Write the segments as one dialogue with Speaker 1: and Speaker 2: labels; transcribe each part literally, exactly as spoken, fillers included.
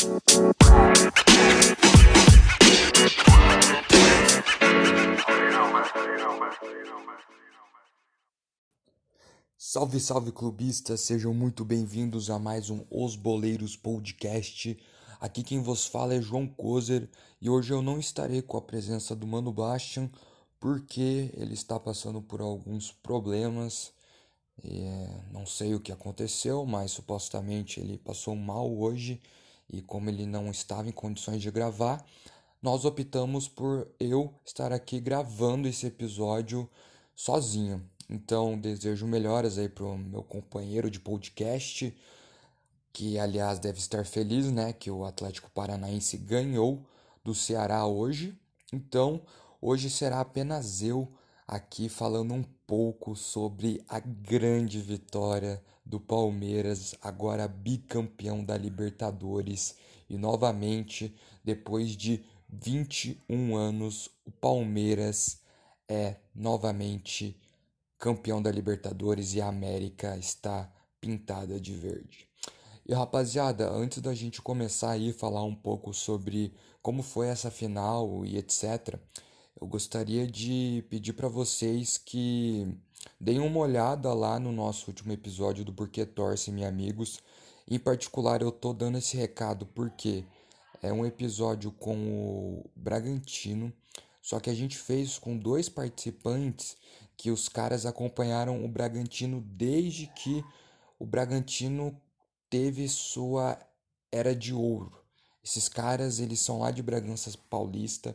Speaker 1: Salve, salve clubistas, sejam muito bem-vindos a mais um Os Boleiros Podcast. Aqui quem vos fala é João Kozer e hoje eu não estarei com a presença do Mano Bastian porque ele está passando por alguns problemas. É, não sei o que aconteceu, mas supostamente ele passou mal hoje e como ele não estava em condições de gravar, nós optamos por eu estar aqui gravando esse episódio sozinho. Então, desejo melhoras aí pro meu companheiro de podcast, que aliás deve estar feliz, né, que o Atlético Paranaense ganhou do Ceará hoje. Então, hoje será apenas eu aqui falando um pouco sobre a grande vitória do Palmeiras, agora bicampeão da Libertadores. E novamente, depois de vinte e um anos, o Palmeiras é novamente campeão da Libertadores e a América está pintada de verde. E rapaziada, antes da gente começar aí falar um pouco sobre como foi essa final e etcétera, eu gostaria de pedir para vocês que deem uma olhada lá no nosso último episódio do Porquê Torce, meus amigos. Em particular, eu tô dando esse recado porque é um episódio com o Bragantino, só que a gente fez com dois participantes que os caras acompanharam o Bragantino desde que o Bragantino teve sua era de ouro. Esses caras, eles são lá de Bragança Paulista.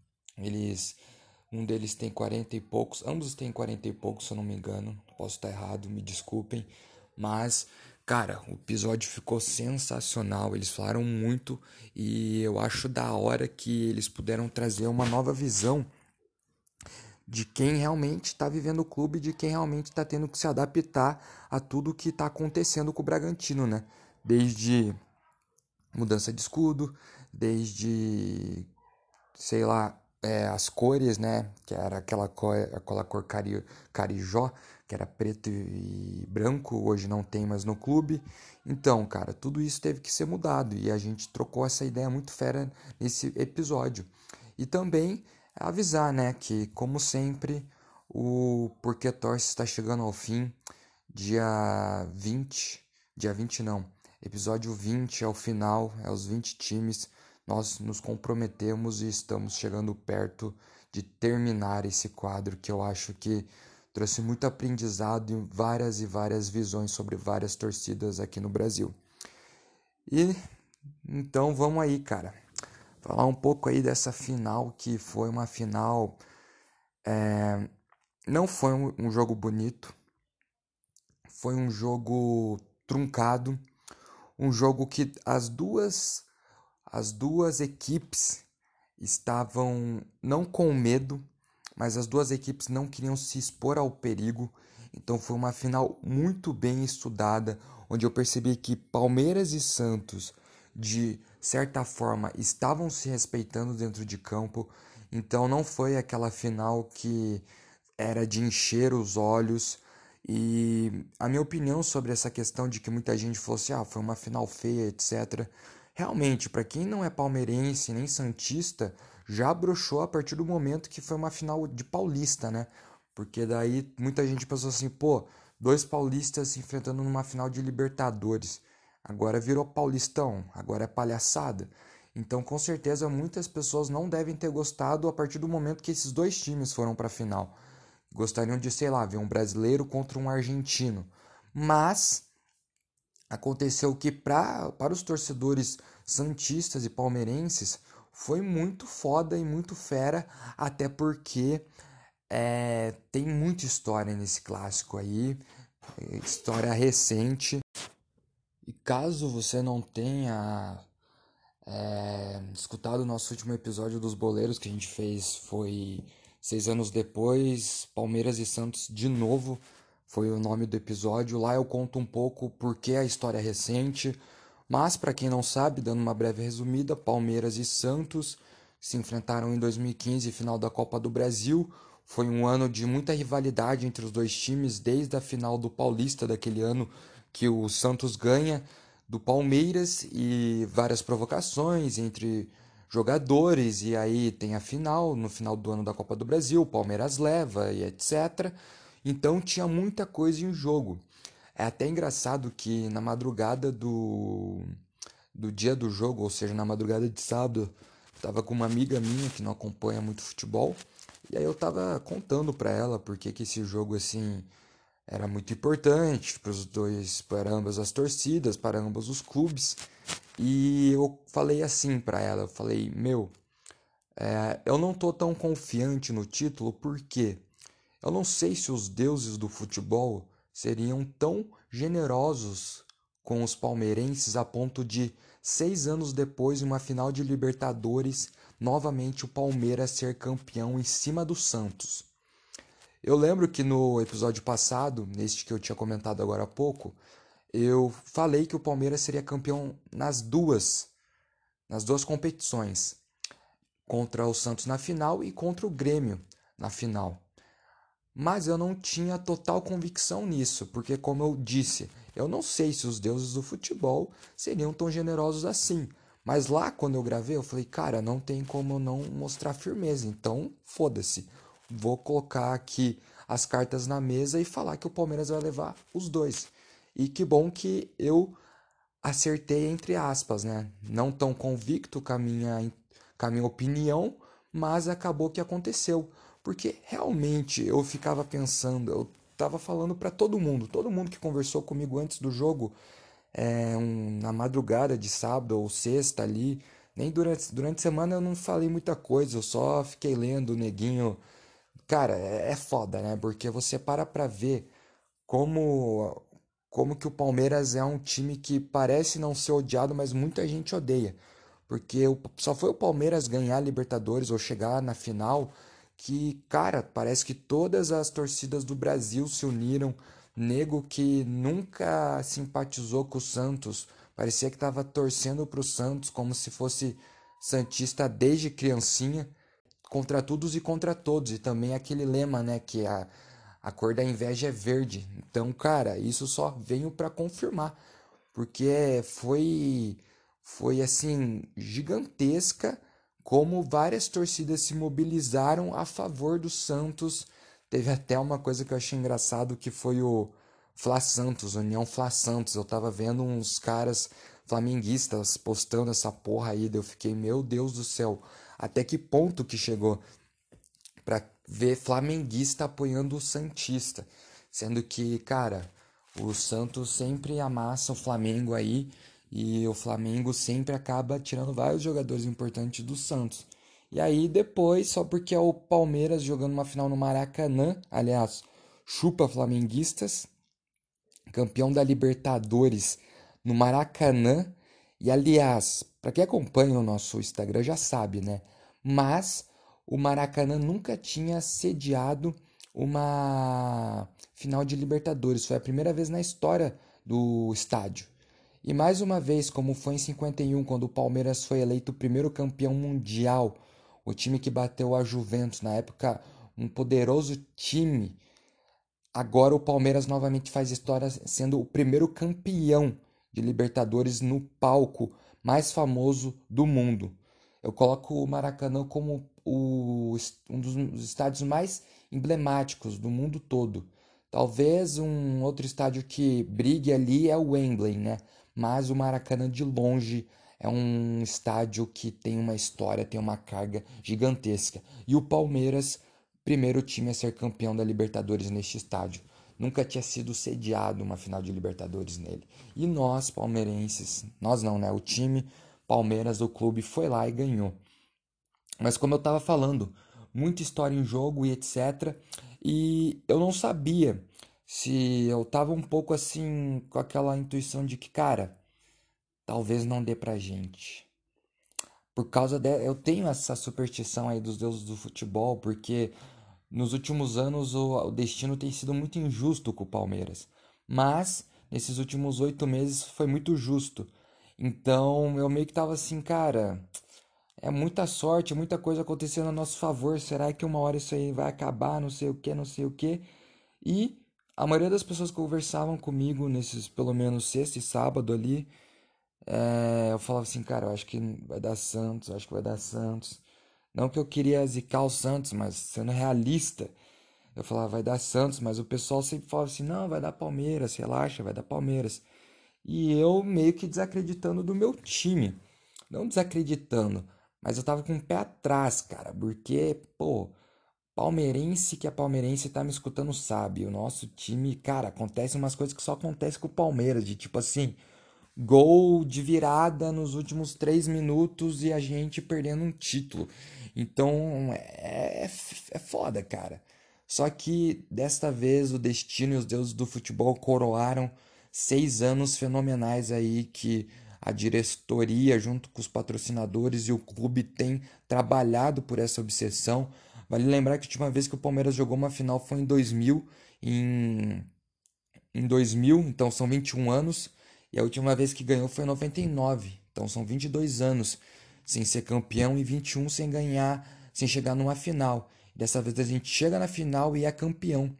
Speaker 1: Eles, um deles tem quarenta e poucos, ambos têm quarenta e poucos, se eu não me engano. Posso estar errado, me desculpem, mas cara, o episódio ficou sensacional. Eles falaram muito e eu acho da hora que eles puderam trazer uma nova visão de quem realmente está vivendo o clube, de quem realmente está tendo que se adaptar a tudo que está acontecendo com o Bragantino, né? Desde mudança de escudo, desde, sei lá, é, as cores, né? Que era aquela cor, aquela cor cari, carijó, que era preto e branco, hoje não tem mais no clube. Então, cara, tudo isso teve que ser mudado e a gente trocou essa ideia muito fera nesse episódio. E também avisar, né, que como sempre o Porquê Torce está chegando ao fim, dia vinte, dia vinte não, episódio vinte é o final, é os vinte times, nós nos comprometemos e estamos chegando perto de terminar esse quadro que eu acho que trouxe muito aprendizado e várias e várias visões sobre várias torcidas aqui no Brasil. E então vamos aí, cara. Falar um pouco aí dessa final, que foi uma final... É, não foi um, um jogo bonito, foi um jogo truncado, um jogo que as duas, as duas equipes estavam não com medo, mas as duas equipes não queriam se expor ao perigo. Então foi uma final muito bem estudada, onde eu percebi que Palmeiras e Santos, de certa forma, estavam se respeitando dentro de campo. Então não foi aquela final que era de encher os olhos. E a minha opinião sobre essa questão de que muita gente falou assim, ah, foi uma final feia, etcétera. Realmente, para quem não é palmeirense nem santista, já broxou a partir do momento que foi uma final de paulista, né? Porque daí muita gente pensou assim, pô, dois paulistas se enfrentando numa final de Libertadores. Agora virou paulistão, agora é palhaçada. Então, com certeza, muitas pessoas não devem ter gostado a partir do momento que esses dois times foram para a final. Gostariam de, sei lá, ver um brasileiro contra um argentino. Mas aconteceu que pra, para os torcedores santistas e palmeirenses foi muito foda e muito fera, até porque é, tem muita história nesse clássico aí, história recente. E caso você não tenha é, escutado o nosso último episódio dos Boleiros que a gente fez, foi seis anos depois, Palmeiras e Santos de novo, foi o nome do episódio. Lá eu conto um pouco porque a história é recente, mas para quem não sabe, dando uma breve resumida, Palmeiras e Santos se enfrentaram em dois mil e quinze, final da Copa do Brasil. Foi um ano de muita rivalidade entre os dois times, desde a final do Paulista daquele ano que o Santos ganha do Palmeiras e várias provocações entre jogadores, e aí tem a final, no final do ano da Copa do Brasil, o Palmeiras leva e etcétera. Então tinha muita coisa em jogo. É até engraçado que na madrugada do, do dia do jogo, ou seja, na madrugada de sábado, tava com uma amiga minha que não acompanha muito futebol, e aí eu tava contando pra ela porque que esse jogo assim era muito importante para os dois, para ambas as torcidas, para ambos os clubes. E eu falei assim para ela, eu falei, meu, é, eu não tô tão confiante no título porque eu não sei se os deuses do futebol seriam tão generosos com os palmeirenses a ponto de, seis anos depois, em uma final de Libertadores, novamente o Palmeiras ser campeão em cima do Santos. Eu lembro que no episódio passado, neste que eu tinha comentado agora há pouco, eu falei que o Palmeiras seria campeão nas duas, nas duas competições, contra o Santos na final e contra o Grêmio na final. Mas eu não tinha total convicção nisso, porque como eu disse, eu não sei se os deuses do futebol seriam tão generosos assim. Mas lá quando eu gravei, eu falei, cara, não tem como eu não mostrar firmeza, então foda-se. Vou colocar aqui as cartas na mesa e falar que o Palmeiras vai levar os dois. E que bom que eu acertei entre aspas, né? Não tão convicto com a minha, com a minha opinião, mas acabou que aconteceu. Porque realmente eu ficava pensando, eu tava falando para todo mundo, todo mundo que conversou comigo antes do jogo, é, um, na madrugada de sábado ou sexta ali, nem durante, durante a semana eu não falei muita coisa, eu só fiquei lendo o neguinho. Cara, é, é foda, né? Porque você para pra ver como como que o Palmeiras é um time que parece não ser odiado, mas muita gente odeia. Porque o- só foi o Palmeiras ganhar a Libertadores ou chegar na final que, cara, parece que todas as torcidas do Brasil se uniram. Nego que nunca simpatizou com o Santos, parecia que estava torcendo pro Santos como se fosse santista desde criancinha, contra todos e contra todos. E também aquele lema, né, que a, a cor da inveja é verde. Então, cara, isso só veio para confirmar, porque foi foi assim gigantesca como várias torcidas se mobilizaram a favor do Santos. Teve até uma coisa que eu achei engraçado que foi o Fla Santos, União Fla Santos. Eu tava vendo uns caras flamenguistas postando essa porra aí, daí eu fiquei, meu Deus do céu, até que ponto que chegou pra ver flamenguista apoiando o santista, sendo que, cara, o Santos sempre amassa o Flamengo aí e o Flamengo sempre acaba tirando vários jogadores importantes do Santos. E aí depois, só porque é o Palmeiras jogando uma final no Maracanã, aliás, chupa flamenguistas, campeão da Libertadores no Maracanã. E aliás, para quem acompanha o nosso Instagram já sabe, né? Mas o Maracanã nunca tinha sediado uma final de Libertadores. Foi a primeira vez na história do estádio. E mais uma vez, como foi em cinquenta e um, quando o Palmeiras foi eleito o primeiro campeão mundial, o time que bateu a Juventus, na época um poderoso time. Agora o Palmeiras novamente faz história sendo o primeiro campeão de Libertadores no palco mais famoso do mundo. Eu coloco o Maracanã como o, um dos estádios mais emblemáticos do mundo todo. Talvez um outro estádio que brigue ali é o Wembley, né? Mas o Maracanã de longe é um estádio que tem uma história, tem uma carga gigantesca. E o Palmeiras, primeiro time a ser campeão da Libertadores neste estádio. Nunca tinha sido sediado uma final de Libertadores nele. E nós, palmeirenses, nós não, né? O time Palmeiras, o clube, foi lá e ganhou. Mas como eu estava falando, muita história em jogo e etcétera. E eu não sabia se eu tava um pouco assim com aquela intuição de que, cara, talvez não dê pra gente. Por causa de, eu tenho essa superstição aí dos deuses do futebol, porque nos últimos anos o, o destino tem sido muito injusto com o Palmeiras. Mas nesses últimos oito meses foi muito justo. Então eu meio que tava assim, cara, é muita sorte, muita coisa acontecendo a nosso favor. Será que uma hora isso aí vai acabar? Não sei o que, não sei o que. E a maioria das pessoas que conversavam comigo nesses pelo menos sexta e sábado ali, É, eu falava assim, cara, eu acho que vai dar Santos, eu acho que vai dar Santos. Não que eu queria zicar o Santos, mas sendo realista, eu falava, vai dar Santos, mas o pessoal sempre falava assim, não, vai dar Palmeiras, relaxa, vai dar Palmeiras. E eu meio que desacreditando do meu time. Não desacreditando, mas eu tava com o pé atrás, cara, porque, pô, palmeirense que é palmeirense tá me escutando sabe. O nosso time, cara, acontece umas coisas que só acontece com o Palmeiras, de tipo assim, gol de virada nos últimos três minutos e a gente perdendo um título. Então é, é, é foda, cara. Só que desta vez o destino e os deuses do futebol coroaram seis anos fenomenais aí que a diretoria, junto com os patrocinadores e o clube, tem trabalhado por essa obsessão. Vale lembrar que a última vez que o Palmeiras jogou uma final foi em dois mil, em em dois mil, então são vinte e um anos, e a última vez que ganhou foi em noventa e nove, então são vinte e dois anos sem ser campeão e vinte e um sem ganhar, sem chegar numa final. Dessa vez a gente chega na final e é campeão.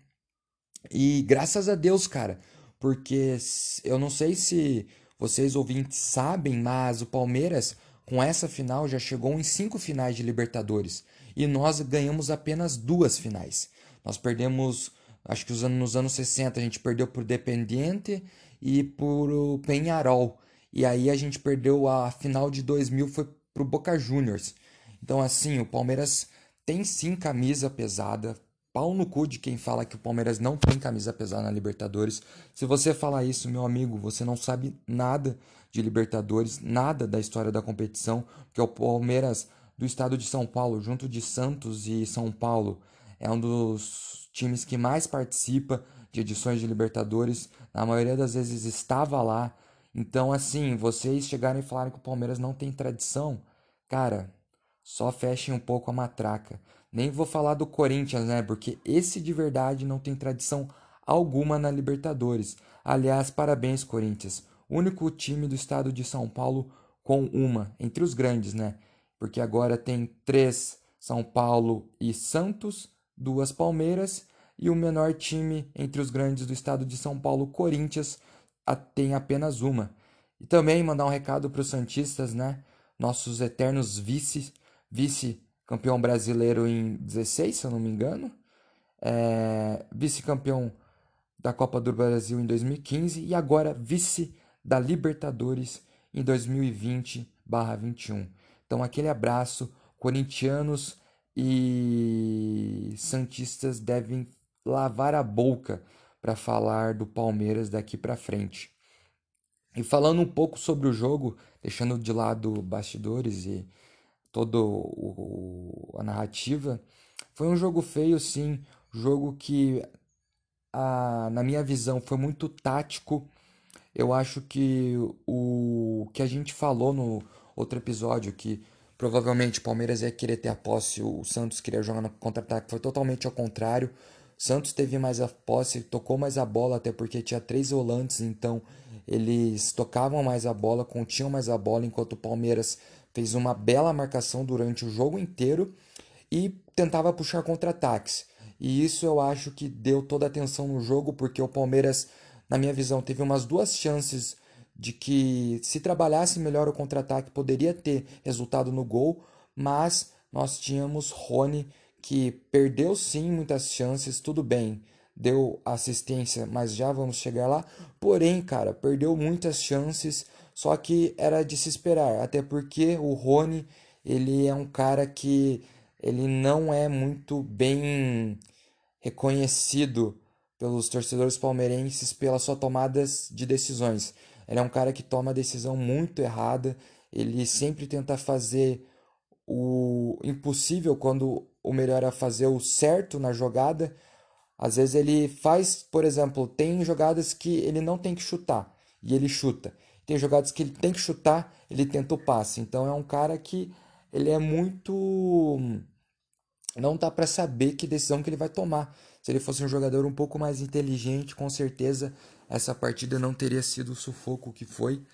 Speaker 1: E graças a Deus, cara, porque eu não sei se vocês ouvintes sabem, mas o Palmeiras com essa final já chegou em cinco finais de Libertadores e nós ganhamos apenas duas finais. Nós perdemos, acho que nos anos sessenta a gente perdeu por Dependiente e por o Peñarol. E aí a gente perdeu a final de dois mil foi pro Boca Juniors. Então assim, o Palmeiras tem sim camisa pesada, pau no cu de quem fala que o Palmeiras não tem camisa pesada na Libertadores. Se você falar isso, meu amigo, você não sabe nada de Libertadores, nada da história da competição, porque o Palmeiras do estado de São Paulo, junto de Santos e São Paulo, é um dos times que mais participa de edições de Libertadores. Na maioria das vezes estava lá. Então, assim, vocês chegarem e falarem que o Palmeiras não tem tradição, cara, só fechem um pouco a matraca. Nem vou falar do Corinthians, né? Porque esse de verdade não tem tradição alguma na Libertadores. Aliás, parabéns, Corinthians. Único time do estado de São Paulo com uma, entre os grandes, né? Porque agora tem três São Paulo e Santos, duas Palmeiras, e o menor time entre os grandes do estado de São Paulo, Corinthians, tem apenas uma. E também mandar um recado para os Santistas, né? Nossos eternos vice, vice-campeão brasileiro em dezesseis, se eu não me engano. É, vice-campeão da Copa do Brasil em dois mil e quinze e agora vice da Libertadores em dois mil e vinte barra vinte e um. Então aquele abraço, corintianos e santistas devem lavar a boca para falar do Palmeiras daqui para frente. E falando um pouco sobre o jogo, deixando de lado bastidores e toda a narrativa, foi um jogo feio, sim. Jogo que, a, na minha visão, foi muito tático. Eu acho que o que a gente falou no outro episódio, que provavelmente o Palmeiras ia querer ter a posse, o Santos queria jogar no contra-ataque, foi totalmente ao contrário. O Santos teve mais a posse, tocou mais a bola, até porque tinha três volantes, então eles tocavam mais a bola, continham mais a bola, enquanto o Palmeiras fez uma bela marcação durante o jogo inteiro e tentava puxar contra-ataques. E isso eu acho que deu toda a atenção no jogo, porque o Palmeiras, na minha visão, teve umas duas chances de que, se trabalhasse melhor o contra-ataque, poderia ter resultado no gol, mas nós tínhamos Rony, que perdeu sim muitas chances, tudo bem, deu assistência, mas já vamos chegar lá. Porém, cara, perdeu muitas chances, só que era de se esperar, até porque o Rony, ele é um cara que ele não é muito bem reconhecido pelos torcedores palmeirenses pelas suas tomadas de decisões. Ele é um cara que toma decisão muito errada, ele sempre tenta fazer o impossível quando o melhor é fazer o certo na jogada. Às vezes ele faz, por exemplo, tem jogadas que ele não tem que chutar e ele chuta. Tem jogadas que ele tem que chutar, ele tenta o passe. Então é um cara que ele é muito, não dá para saber que decisão que ele vai tomar. Se ele fosse um jogador um pouco mais inteligente, com certeza essa partida não teria sido o sufoco que foi.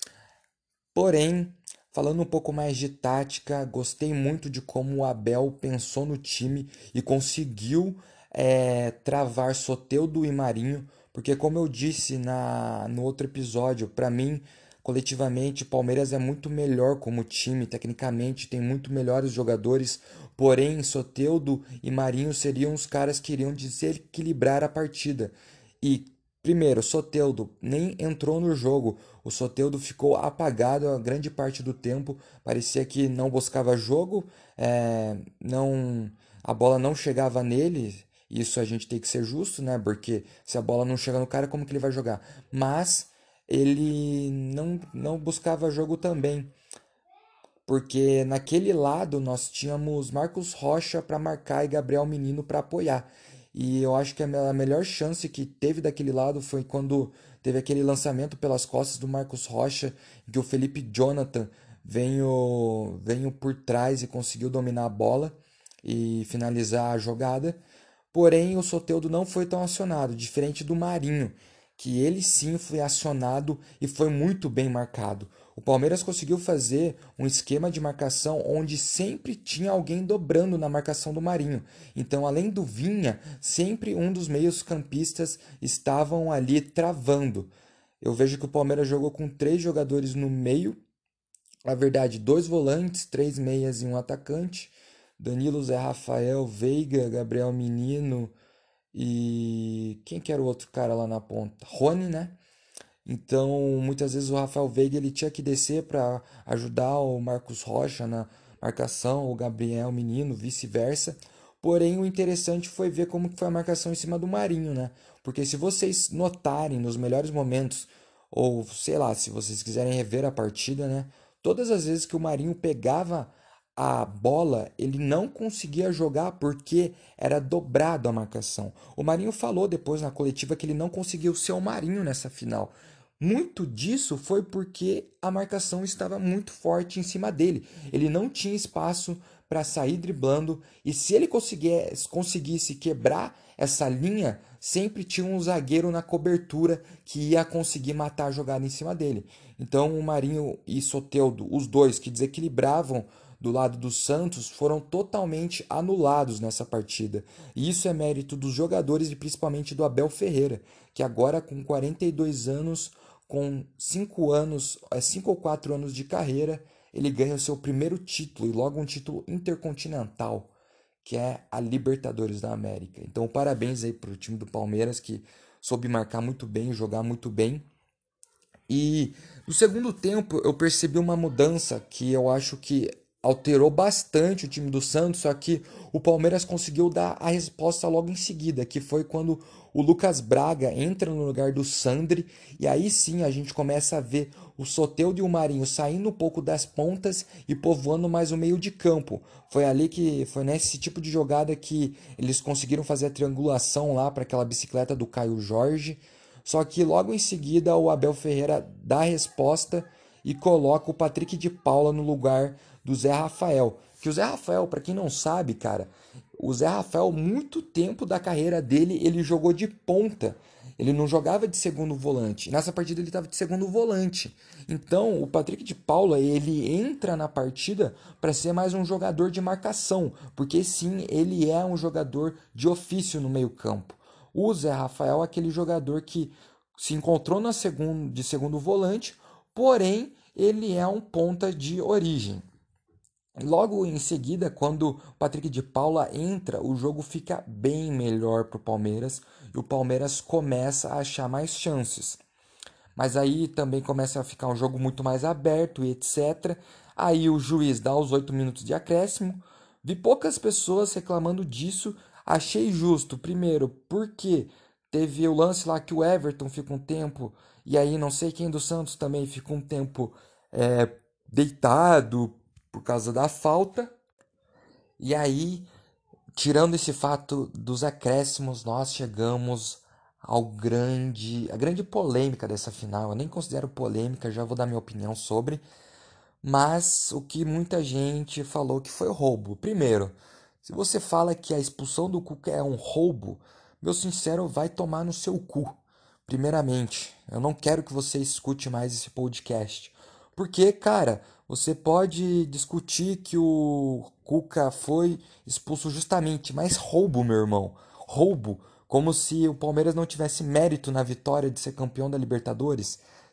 Speaker 1: Porém, falando um pouco mais de tática, gostei muito de como o Abel pensou no time e conseguiu é, travar Soteldo e Marinho, porque como eu disse na, no outro episódio, para mim coletivamente o Palmeiras é muito melhor como time, tecnicamente tem muito melhores jogadores, porém Soteldo e Marinho seriam os caras que iriam desequilibrar a partida. E primeiro, Soteldo nem entrou no jogo. O Soteldo ficou apagado a grande parte do tempo. Parecia que não buscava jogo, é, não, a bola não chegava nele. Isso a gente tem que ser justo, né? Porque se a bola não chega no cara, como que ele vai jogar? Mas ele não, não buscava jogo também. Porque naquele lado nós tínhamos Marcos Rocha para marcar e Gabriel Menino para apoiar. E eu acho que a me- a melhor chance que teve daquele lado foi quando teve aquele lançamento pelas costas do Marcos Rocha, em que o Felipe Jonathan veio, veio por trás e conseguiu dominar a bola e finalizar a jogada. Porém, o Soteldo não foi tão acionado, diferente do Marinho, que ele sim foi acionado e foi muito bem marcado. O Palmeiras conseguiu fazer um esquema de marcação onde sempre tinha alguém dobrando na marcação do Marinho. Então, além do Vinha, sempre um dos meios-campistas estavam ali travando. Eu vejo que o Palmeiras jogou com três jogadores no meio, na verdade, dois volantes, três meias e um atacante. Danilo, Zé Rafael, Veiga, Gabriel Menino e quem que era o outro cara lá na ponta? Rony, né? Então, muitas vezes o Rafael Veiga ele tinha que descer para ajudar o Marcos Rocha na marcação, o Gabriel Menino, vice-versa. Porém, o interessante foi ver como que foi a marcação em cima do Marinho, né? Porque se vocês notarem nos melhores momentos, ou sei lá, se vocês quiserem rever a partida, né? Todas as vezes que o Marinho pegava a bola, ele não conseguia jogar porque era dobrado a marcação. O Marinho falou depois na coletiva que ele não conseguiu ser o Marinho nessa final. Muito disso foi porque a marcação estava muito forte em cima dele. Ele não tinha espaço para sair driblando e se ele conseguisse, conseguisse quebrar essa linha, sempre tinha um zagueiro na cobertura que ia conseguir matar a jogada em cima dele. Então o Marinho e Soteldo, os dois que desequilibravam do lado do Santos, foram totalmente anulados nessa partida. E isso é mérito dos jogadores e principalmente do Abel Ferreira, que agora com quarenta e dois anos, com cinco anos, cinco ou quatro anos de carreira, ele ganha o seu primeiro título e logo um título intercontinental, que é a Libertadores da América. Então, parabéns aí pro time do Palmeiras que soube marcar muito bem, jogar muito bem. E no segundo tempo eu percebi uma mudança que eu acho que alterou bastante o time do Santos, só que o Palmeiras conseguiu dar a resposta logo em seguida, que foi quando o Lucas Braga entra no lugar do Sandri, e aí sim a gente começa a ver o Soteldo e o Marinho saindo um pouco das pontas e povoando mais o meio de campo. Foi ali que foi nesse tipo de jogada que eles conseguiram fazer a triangulação lá para aquela bicicleta do Caio Jorge. Só que logo em seguida o Abel Ferreira dá a resposta e coloca o Patrick de Paula no lugar do Zé Rafael. Que o Zé Rafael, para quem não sabe, cara, o Zé Rafael, muito tempo da carreira dele, ele jogou de ponta. Ele não jogava de segundo volante. Nessa partida ele estava de segundo volante. Então, o Patrick de Paula, ele entra na partida para ser mais um jogador de marcação, porque sim, ele é um jogador de ofício no meio-campo. O Zé Rafael é aquele jogador que se encontrou na segundo, de segundo volante, porém ele é um ponta de origem. Logo em seguida, quando o Patrick de Paula entra, o jogo fica bem melhor para o Palmeiras e o Palmeiras começa a achar mais chances. Mas aí também começa a ficar um jogo muito mais aberto e etcétera. Aí o juiz dá os oito minutos de acréscimo. Vi poucas pessoas reclamando disso. Achei justo, primeiro, porque teve o lance lá que o Everton fica um tempo, e aí não sei quem do Santos também fica um tempo é, deitado por causa da falta. E aí, tirando esse fato dos acréscimos, nós chegamos ao grande, a grande polêmica dessa final. Eu nem considero polêmica, já vou dar minha opinião sobre, mas o que muita gente falou que foi roubo. Primeiro, se você fala que a expulsão do Cuca é um roubo, meu sincero, vai tomar no seu cu. Primeiramente, eu não quero que você escute mais esse podcast. Porque, cara, você pode discutir que o Cuca foi expulso justamente, mas roubo, meu irmão. Roubo. Como se o Palmeiras não tivesse mérito na vitória de ser campeão da Libertadores.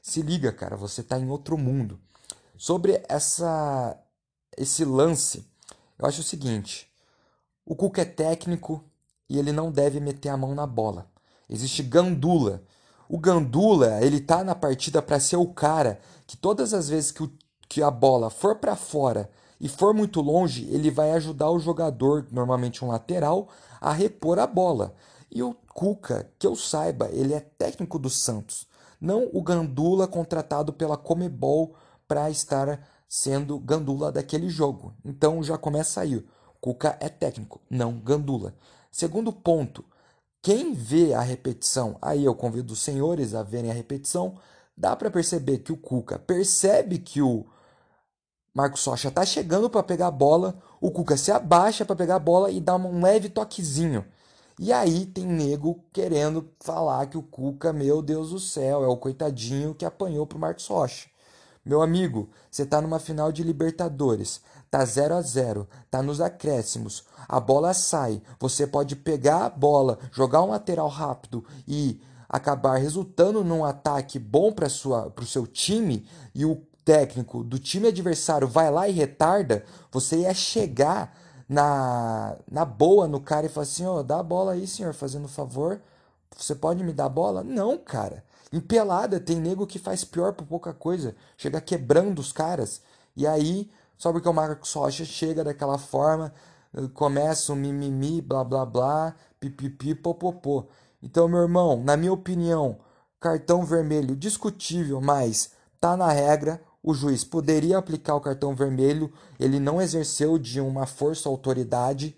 Speaker 1: Se liga, cara, você tá em outro mundo. Sobre essa esse lance, eu acho o seguinte: o Cuca é técnico e ele não deve meter a mão na bola. Existe gandula. O gandula, ele tá na partida para ser o cara que todas as vezes que, o, que a bola for para fora e for muito longe, ele vai ajudar o jogador, normalmente um lateral, a repor a bola. E o Cuca, que eu saiba, ele é técnico do Santos, não o gandula contratado pela Comebol para estar sendo gandula daquele jogo. Então já começa aí. Cuca é técnico, não gandula. Segundo ponto, quem vê a repetição, aí eu convido os senhores a verem a repetição, dá para perceber que o Cuca percebe que o Marcos Rocha está chegando para pegar a bola, o Cuca se abaixa para pegar a bola e dá um leve toquezinho. E aí tem nego querendo falar que o Cuca, meu Deus do céu, é o coitadinho que apanhou pro Marcos Rocha. Meu amigo, você tá numa final de Libertadores, tá zero a zero, tá nos acréscimos, a bola sai, você pode pegar a bola, jogar um lateral rápido e acabar resultando num ataque bom para o seu time e o técnico do time adversário vai lá e retarda, você ia chegar na, na boa no cara e falar assim, ó, oh, dá a bola aí, senhor, fazendo favor, você pode me dar a bola? Não, cara. Em pelada tem nego que faz pior por pouca coisa, chega quebrando os caras. E aí, só porque o Marcos Rocha chega daquela forma, começa o mimimi, blá blá blá, pipipi, popopô. Então, meu irmão, na minha opinião, cartão vermelho discutível, mas tá na regra. O juiz poderia aplicar o cartão vermelho, ele não exerceu de uma força ou autoridade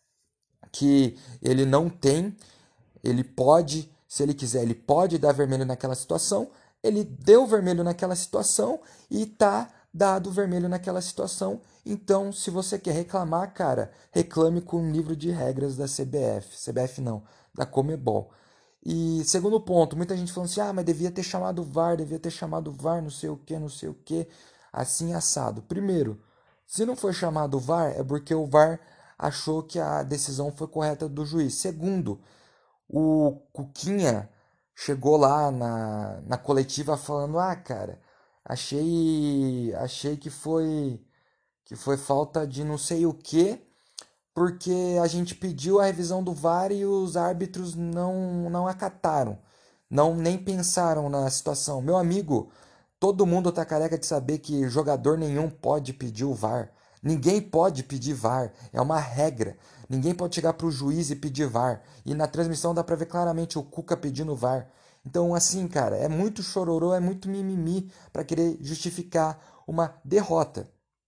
Speaker 1: que ele não tem. Ele pode, se ele quiser, ele pode dar vermelho naquela situação. Ele deu vermelho naquela situação e tá dado vermelho naquela situação. Então, se você quer reclamar, cara, reclame com o livro de regras da C B F. C B F não, da Comebol. E segundo ponto, muita gente falando assim: ah, mas devia ter chamado o V A R, devia ter chamado o V A R, não sei o que, não sei o que, assim assado. Primeiro, se não foi chamado o V A R, é porque o V A R achou que a decisão foi correta do juiz. Segundo, o Cuquinha chegou lá na, na coletiva falando: ah, cara, achei, achei que foi, que foi falta de não sei o que porque a gente pediu a revisão do V A R e os árbitros não, não acataram, não nem pensaram na situação. Meu amigo, todo mundo tá careca de saber que jogador nenhum pode pedir o V A R. Ninguém pode pedir V A R, é uma regra. Ninguém pode chegar pro juiz e pedir V A R. E na transmissão dá pra ver claramente o Cuca pedindo V A R. Então, assim, cara, é muito chororô, é muito mimimi para querer justificar uma derrota.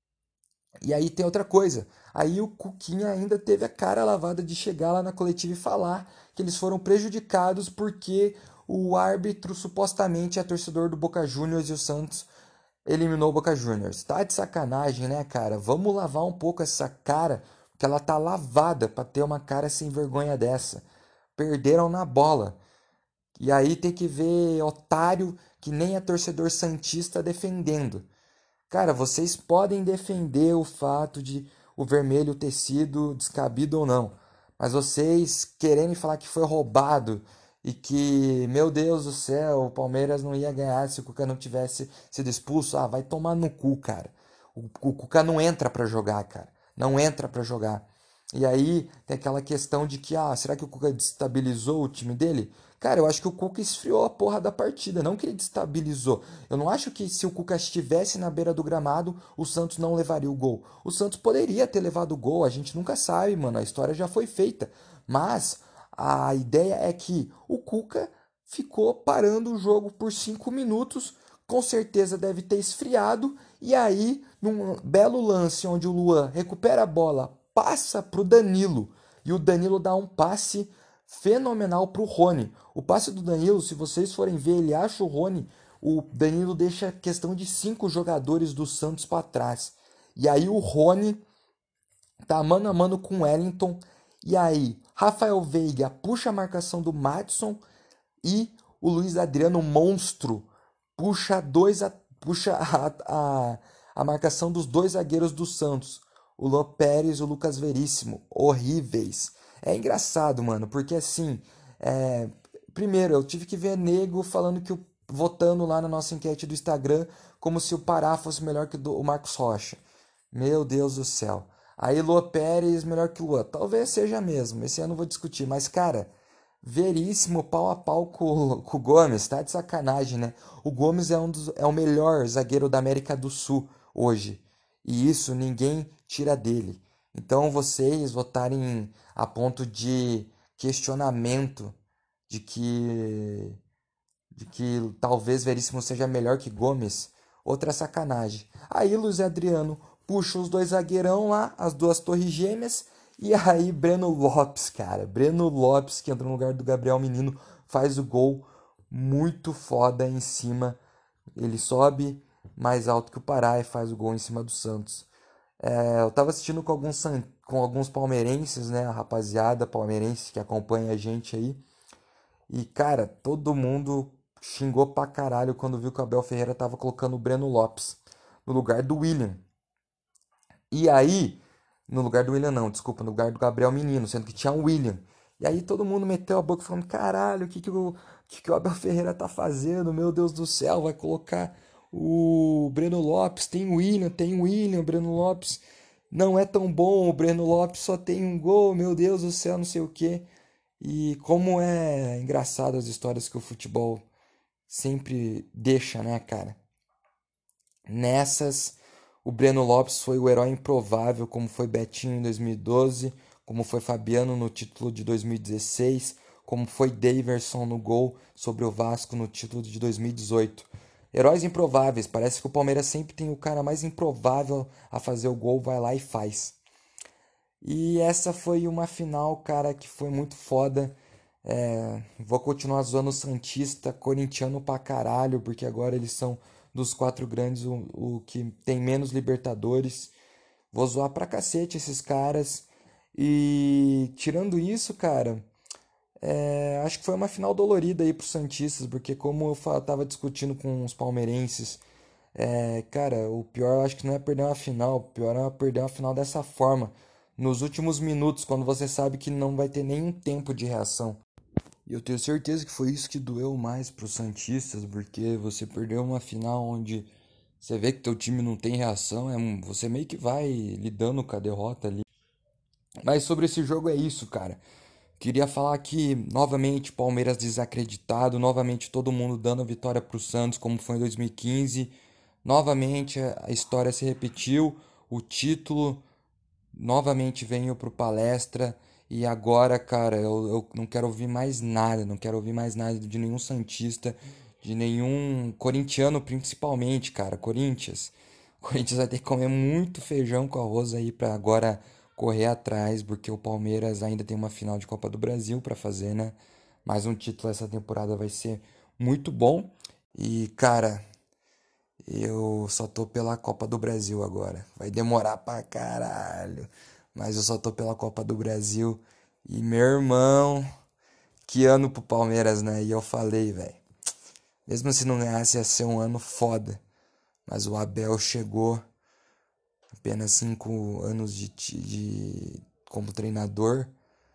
Speaker 1: E aí tem outra coisa. Aí o Cuquinha ainda teve a cara lavada de chegar lá na coletiva e falar que eles foram prejudicados porque o árbitro supostamente é torcedor do Boca Juniors e o Santos eliminou o Boca Juniors. Tá de sacanagem, né, cara? Vamos lavar um pouco essa cara, porque ela tá lavada pra ter uma cara sem vergonha dessa. Perderam na bola. E aí tem que ver otário que nem é torcedor santista defendendo. Cara, vocês podem defender o fato de o vermelho ter sido descabido ou não, mas vocês querendo falar que foi roubado e que, meu Deus do céu, o Palmeiras não ia ganhar se o Cuca não tivesse sido expulso, ah, vai tomar no cu, cara. O, o Cuca não entra pra jogar, cara. Não entra pra jogar. E aí tem aquela questão de que, ah, será que o Cuca destabilizou o time dele? Cara, eu acho que o Cuca esfriou a porra da partida, não que ele destabilizou. Eu não acho que se o Cuca estivesse na beira do gramado, o Santos não levaria o gol. O Santos poderia ter levado o gol, a gente nunca sabe, mano, a história já foi feita. Mas a ideia é que o Cuca ficou parando o jogo por cinco minutos, com certeza deve ter esfriado, e aí, num belo lance onde o Luan recupera a bola, passa pro Danilo, e o Danilo dá um passe fenomenal pro Rony. O passe do Danilo, se vocês forem ver, ele acha o Rony, o Danilo deixa questão de cinco jogadores do Santos para trás. E aí o Rony tá mano a mano com o Wellington. E aí, Rafael Veiga puxa a marcação do Madison e o Luiz Adriano monstro puxa dois a, puxa a, a, a marcação dos dois zagueiros do Santos, o Luan Pérez e o Lucas Veríssimo, horríveis. É engraçado, mano, porque assim, é, primeiro eu tive que ver nego falando que o votando lá na nossa enquete do Instagram como se o Pará fosse melhor que o Marcos Rocha. Meu Deus do céu. Aí Lua Pérez melhor que Lua. Talvez seja mesmo. Esse ano eu vou discutir. Mas, cara, Veríssimo pau a pau com, com o Gomes. Tá de sacanagem, né? O Gomes é, um dos, é o melhor zagueiro da América do Sul hoje. E isso ninguém tira dele. Então vocês votarem a ponto de questionamento de que de que talvez Veríssimo seja melhor que Gomes, outra sacanagem. Aí Luiz Adriano puxa os dois zagueirão lá, as duas torres gêmeas, e aí Breno Lopes, cara, Breno Lopes que entra no lugar do Gabriel Menino, faz o gol muito foda em cima. Ele sobe mais alto que o Pará e faz o gol em cima do Santos. É, eu tava assistindo com alguns, com alguns palmeirenses, né, a rapaziada palmeirense que acompanha a gente aí. E, cara, todo mundo xingou pra caralho quando viu que o Abel Ferreira tava colocando o Breno Lopes no lugar do William. E aí, no lugar do William não, desculpa, no lugar do Gabriel Menino, sendo que tinha o William. E aí todo mundo meteu a boca falando, caralho, o que que o, que que o Abel Ferreira tá fazendo? Meu Deus do céu, vai colocar o Breno Lopes, tem o William, tem o William, Breno Lopes não é tão bom, o Breno Lopes só tem um gol, meu Deus do céu, não sei o quê. E como é engraçado as histórias que o futebol sempre deixa, né, cara? Nessas, o Breno Lopes foi o herói improvável, como foi Betinho em dois mil e doze, como foi Fabiano no título de dois mil e dezesseis, como foi Daverson no gol sobre o Vasco no título de dois mil e dezoito. Heróis improváveis, parece que o Palmeiras sempre tem o cara mais improvável a fazer o gol, vai lá e faz. E essa foi uma final, cara, que foi muito foda. É, vou continuar zoando o Santista, corintiano pra caralho, porque agora eles são dos quatro grandes o, o que tem menos Libertadores. Vou zoar pra cacete esses caras. E tirando isso, cara, é, acho que foi uma final dolorida aí pros Santistas, porque como eu fa- tava discutindo com os palmeirenses, é, cara, o pior eu acho que não é perder uma final, o pior é perder uma final dessa forma, nos últimos minutos, quando você sabe que não vai ter nenhum tempo de reação. E eu tenho certeza que foi isso que doeu mais pros Santistas, porque você perdeu uma final onde você vê que teu time não tem reação, é, um- você meio que vai lidando com a derrota ali. Mas sobre esse jogo é isso, cara. Queria falar que, novamente, Palmeiras desacreditado, novamente todo mundo dando a vitória pro Santos, como foi em dois mil e quinze. Novamente a história se repetiu, o título novamente veio pro palestra. E agora, cara, eu, eu não quero ouvir mais nada, não quero ouvir mais nada de nenhum Santista, de nenhum corintiano principalmente, cara. Corinthians. O Corinthians vai ter que comer muito feijão com arroz aí pra agora correr atrás, porque o Palmeiras ainda tem uma final de Copa do Brasil pra fazer, né? Mais um título essa temporada vai ser muito bom. E, cara, eu só tô pela Copa do Brasil agora. Vai demorar pra caralho. Mas eu só tô pela Copa do Brasil. E meu irmão, que ano pro Palmeiras, né? E eu falei, velho. Mesmo se não ganhasse, ia ser um ano foda. Mas o Abel chegou apenas cinco anos de, de como treinador.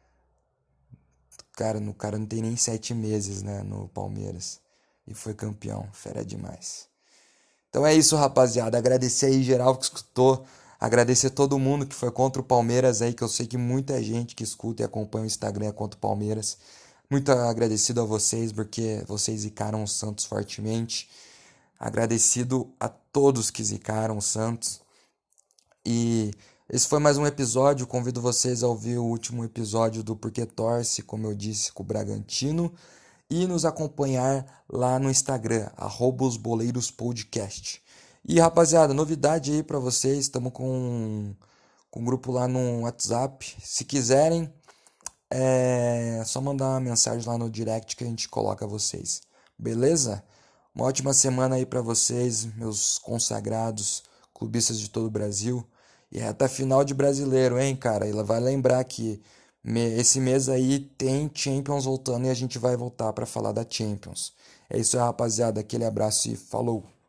Speaker 1: Cara, no cara não tem nem sete meses, né? No Palmeiras. E foi campeão. Fera demais. Então é isso, rapaziada. Agradecer aí geral que escutou. Agradecer todo mundo que foi contra o Palmeiras aí, que eu sei que muita gente que escuta e acompanha o Instagram é contra o Palmeiras. Muito agradecido a vocês, porque vocês zicaram o Santos fortemente. Agradecido a todos que zicaram o Santos. E esse foi mais um episódio. Convido vocês a ouvir o último episódio do Porquê Torce, como eu disse, com o Bragantino. E nos acompanhar lá no Instagram, arroba os boleiros podcast. E rapaziada, novidade aí pra vocês, estamos com, com um grupo lá no WhatsApp. Se quiserem, é só mandar uma mensagem lá no direct que a gente coloca vocês. Beleza? Uma ótima semana aí pra vocês, meus consagrados clubistas de todo o Brasil. E reta final de brasileiro, hein, cara? E vai lembrar que me- esse mês aí tem Champions voltando e a gente vai voltar pra falar da Champions. É isso aí, rapaziada. Aquele abraço e falou!